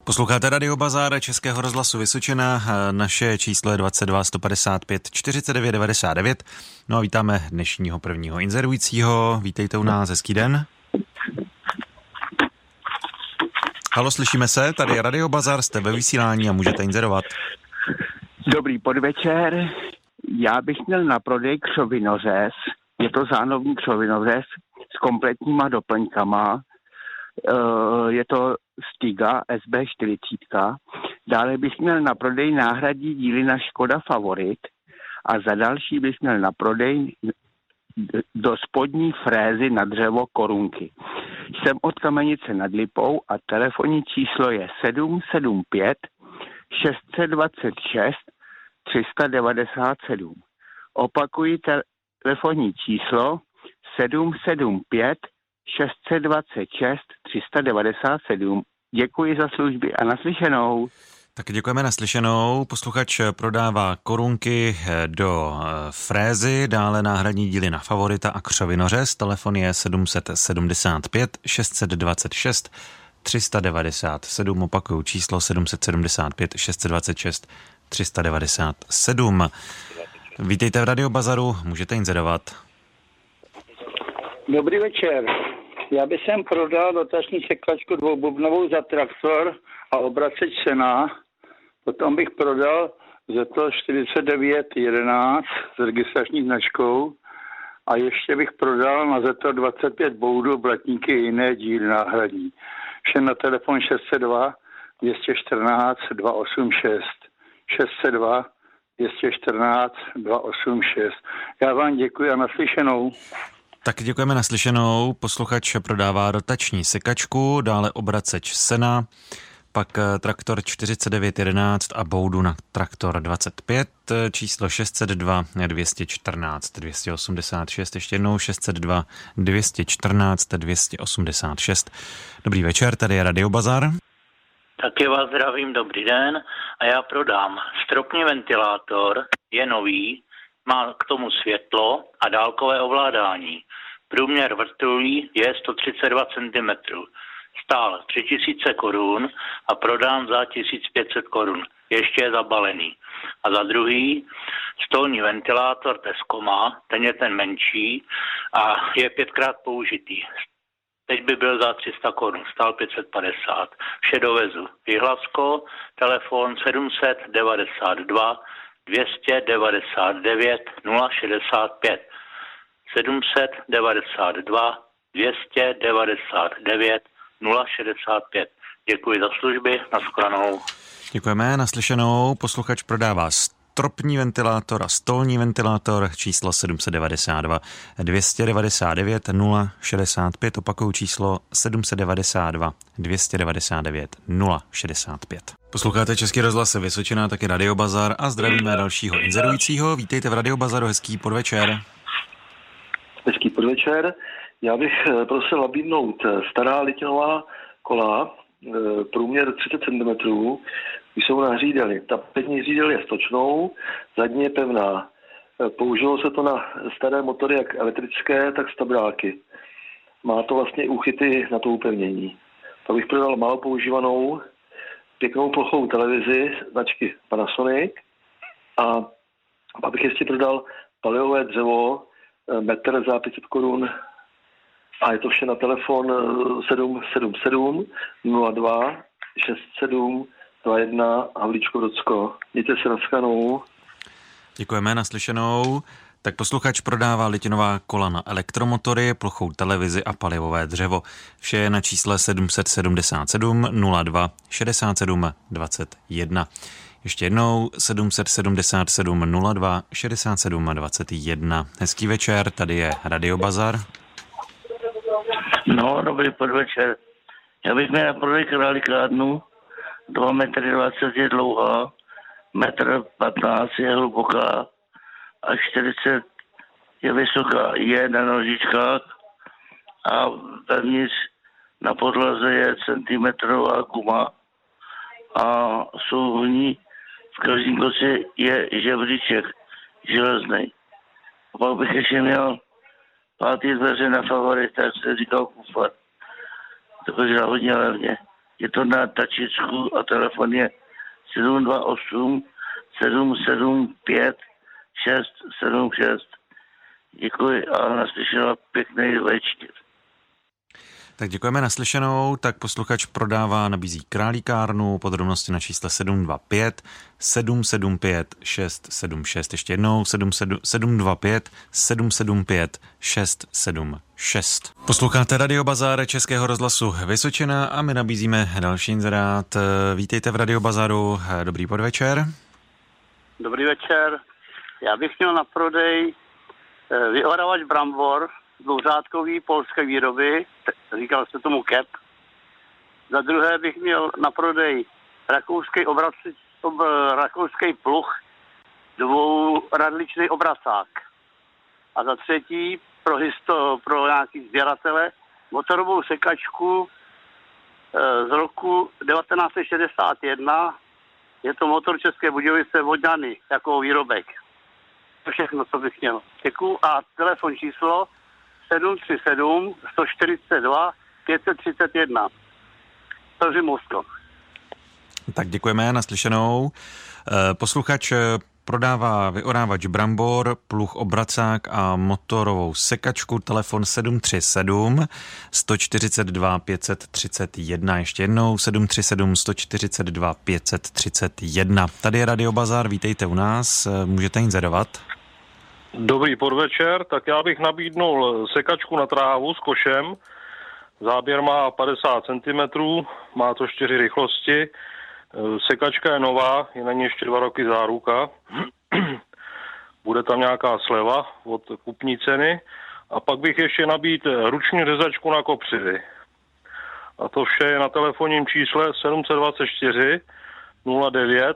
Posloucháte Radio Bazar Českého rozhlasu Vysočina, naše číslo je 22 155 49 99. No a vítáme dnešního prvního inzerujícího. Vítejte u nás, hezký den. Halo, slyšíme se, tady je Radio Bazar, jste ve vysílání a můžete inzerovat. Dobrý podvečer, já bych měl na prodej křovinořez, je to zánovní křovinořez s kompletníma doplňkama, je to Stiga SB40, dále bych měl na prodej náhradní díly na Škoda Favorit a za další bych měl na prodej do spodní frézy na dřevo korunky. Jsem od Kamenice nad Lipou a telefonní číslo je 775 626 397. Opakuji telefonní číslo 775 626 397. Děkuji za služby a naslyšenou. Tak děkujeme, naslyšenou. Posluchač prodává korunky do frézy, dále náhradní díly na Favorita a křovinořez. Telefon je 775 626 397. Opakuju číslo 775 626 397. Vítejte v Radio Bazaru, můžete inzerovat. Dobrý večer. Já bych sem prodal dotační sekačku dvoububnovou za traktor a obraceč sena. Potom bych prodal Zetor 4911 s registrační značkou a ještě bych prodal na Zetor 25 boudu, blatníky i jiné díly náhradní. Vše na telefon 602 214 286. 602 214 286. Já vám děkuji a naslyšenou. Tak děkujeme, naslyšenou. Posluchač prodává rotační sekačku, dále obraceč sena, pak traktor 4911 a boudu na traktor 25, číslo 602 214 286, ještě jednou 602 214 286. Dobrý večer, tady je Radio Bazar. Taky vás zdravím, dobrý den. A já prodám stropní ventilátor, je nový, má k tomu světlo a dálkové ovládání. Průměr vrtulí je 132 cm. Stál 3000 korun a prodám za 1500 korun. Ještě je zabalený. A za druhý stolní ventilátor Tescoma, ten je ten menší a je 5krát použitý. Teď by byl za 300 korun, stál 550. Vše dovezu. Jihlavsko, telefon 792 299 065. 792 299 065. Děkuji za služby, nashledanou. Děkujeme, naslyšenou. Posluchač prodává stropní ventilátor a stolní ventilátor, číslo 792 299 065. Opakuju číslo 792 299 065. Posloucháte Český rozhlas Vysočina, taky Radio Bazar a zdravíme dalšího inzerujícího. Vítejte v Radio Bazaru, hezký podvečer. Hezký podvečer. Já bych prosil nabídnout stará litinová kola, průměr 30 cm, jsou na hřídeli. Ta přední hřídel je stočnou, zadní je pevná. Použilo se to na staré motory, jak elektrické, tak stabiláky. Má to vlastně úchyty na to upevnění. To bych prodal málo používanou, pěknou plochou televizi značky Panasonic a pak bych ještě prodal palivové dřevo, metr za 500 korun a je to vše na telefon 777 02 67 21 Havlíčko Brodsko. Mějte se, nashledanou. Děkujeme, naslyšenou. Tak posluchač prodává litinová kola na elektromotory, plochou televizi a palivové dřevo. Vše je na čísle 777 02 67 21. Ještě jednou 777 02 67 21. Hezký večer, tady je Radio Bazar. No, dobrý podvečer. Já bych měl na prodej králikárnu, 2,20 m je dlouhá, 1,15 m je hluboká a 40 je vysoká. Je na nožičkách a vevnitř na podlaze je centimetrová guma a jsou v ní v každém koci je žebříček železný. A pak bych ještě měl 5. dveře na Favorit, tak se říkal kufar. To je hodně levně. Je to na tačičku a telefon je 728 775 676. Děkuji a naslyšenou, pěkný večer. Tak děkujeme, naslyšenou. Tak posluchač prodává, nabízí králíkárnu, podrobnosti na čísle 725 775 676. Ještě jednou 725 775 676. Posloucháte Radiobazár Českého rozhlasu Vysočina a my nabízíme další inzerát. Vítejte v Radiobazáru. Dobrý podvečer. Dobrý večer. Já bych měl na prodej vyorávač brambor, dvouřádkový polské výroby, říkal se tomu KEP. Za druhé bych měl na prodej rakouský pluh, dvouradličný obracák. A za třetí pro nějaký sběratele motorovou sekačku z roku 1961. Je to motor České Budějovice Vodňany jako výrobek. To všechno, co bych měl. Děkuju a telefon číslo 737 142 531. Pelři Moskva. Tak děkujeme, naslyšenou. Posluchač prodává vyorávač brambor, pluh obracák a motorovou sekačku. Telefon 737 142 531. Ještě jednou 737 142 531. Tady je Radiobazár, vítejte u nás. Můžete inzerovat? Dobrý podvečer, tak já bych nabídnul sekačku na trávu s košem. Záběr má 50 cm, má to 4 rychlosti. Sekačka je nová, je na ní ještě 2 roky záruka. Bude tam nějaká sleva od kupní ceny. A pak bych ještě nabídl ruční řezačku na kopřivy. A to vše je na telefonním čísle 724 09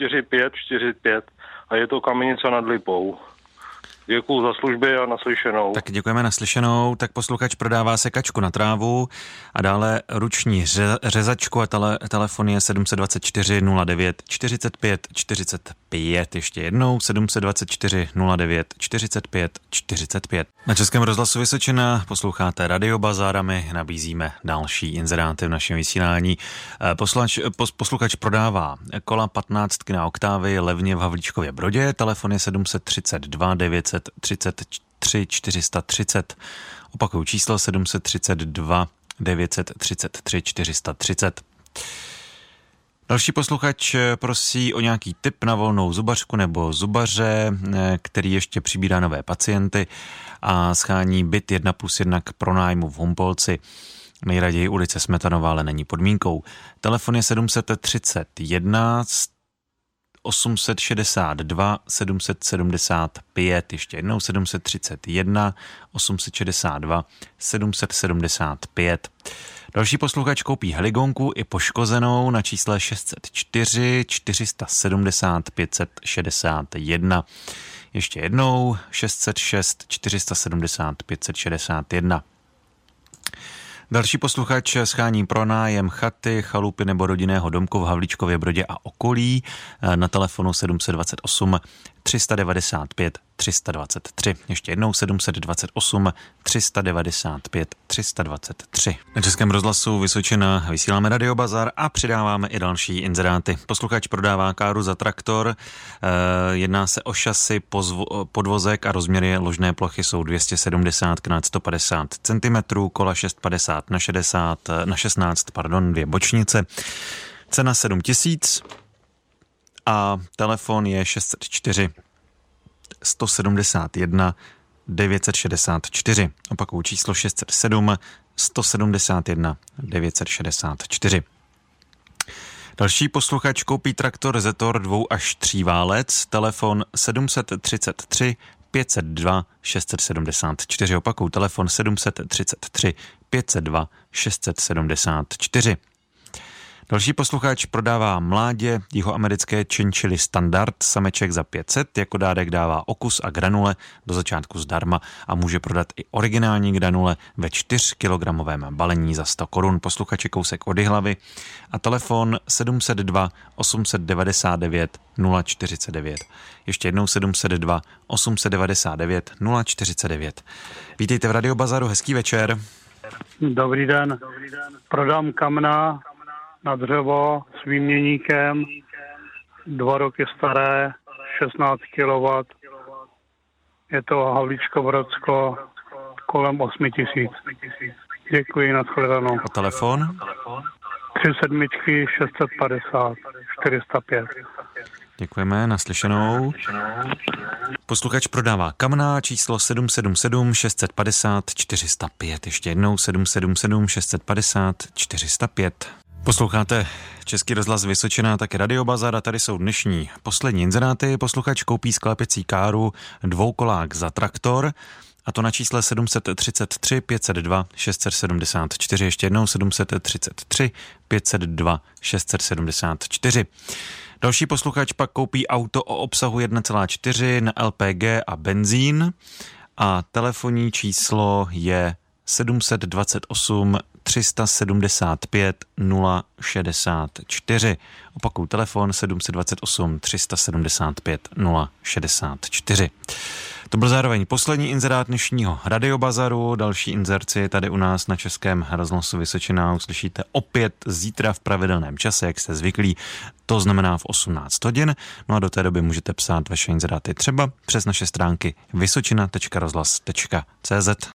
4545 a je to Kamenice nad Lipou. Děkuju za služby a naslyšenou. Tak děkujeme, naslyšenou. Tak posluchač prodává sekačku na trávu a dále ruční řezačku a telefon je 724 09 45 45. Ještě jednou 724 09 45 45. Na Českém rozhlasu Vysočina posloucháte Radiobazár a my nabízíme další inzeráty v našem vysílání. Posluchač prodává kola 15 na oktávy levně v Havlíčkově Brodě. Telefon je 732 933 430. Opakuju číslo 732 933 430. Další posluchač prosí o nějaký tip na volnou zubařku nebo zubaře, který ještě přibírá nové pacienty a schání byt 1+1 k pronájmu v Humpolci. Nejraději ulice Smetanová, ale není podmínkou. Telefon je 731 862 775. Ještě jednou 731 862 775. Další posluchač koupí heligonku i poškozenou na čísle 604 470 561. Ještě jednou 606 470 561. Další posluchač schání pronájem chaty, chalupy nebo rodinného domku v Havlíčkově Brodě a okolí na telefonu 728 395 323. Ještě jednou 728 395 323. Na Českém rozhlasu Vysočina vysíláme Radiobazar a přidáváme i další inzeráty. Posluchač prodává káru za traktor. Jedná se o šasy, podvozek a rozměry ložné plochy jsou 270 x 150 cm, kola 650 na 16, dvě bočnice. Cena 7 000 a telefon je 604 171 964. Opakuju číslo 607 171 964. Další posluchač koupí traktor Zetor 2 až 3 válec, telefon 733 502 674. Opakuju telefon 733 502 674. Další posluchač prodává mládě jihoamerické činčily standard, sameček za 500, jako dárek dává okus a granule do začátku zdarma a může prodat i originální granule ve 4 kilogramovém balení za 100 korun. Posluchači kousek od Jihlavy a telefon 702 899 049. Ještě jednou 702 899 049. Vítejte v Radiobazaru, hezký večer. Dobrý den. Prodám kamna na dřevo s výměníkem, 2 roky staré, 16 kW. Je to Havlíčko-Brodsko, kolem 8 000. Děkuji, nashledanou. A telefon? 37 650 405. Děkujeme, naslyšenou. Posluchač prodává kamna, číslo 777 650 405. Ještě jednou 777 650 405. Posloucháte Český rozhlas Vysočina, také Radiobazar a tady jsou dnešní poslední inzeráty. Posluchač koupí sklápěcí káru, dvoukolák za traktor, a to na čísle 733 502 674. Ještě jednou 733 502 674. Další posluchač pak koupí auto o obsahu 1,4 na LPG a benzín a telefonní číslo je 728 375 064. Opakuju telefon 728 375 064. To byl zároveň poslední inzerát dnešního Radiobazaru. Další inzerci tady u nás na Českém rozhlasu Vysočina uslyšíte opět zítra v pravidelném čase, jak jste zvyklí. To znamená v 18 hodin. No a do té doby můžete psát vaše inzeráty třeba přes naše stránky vysočina.rozhlas.cz.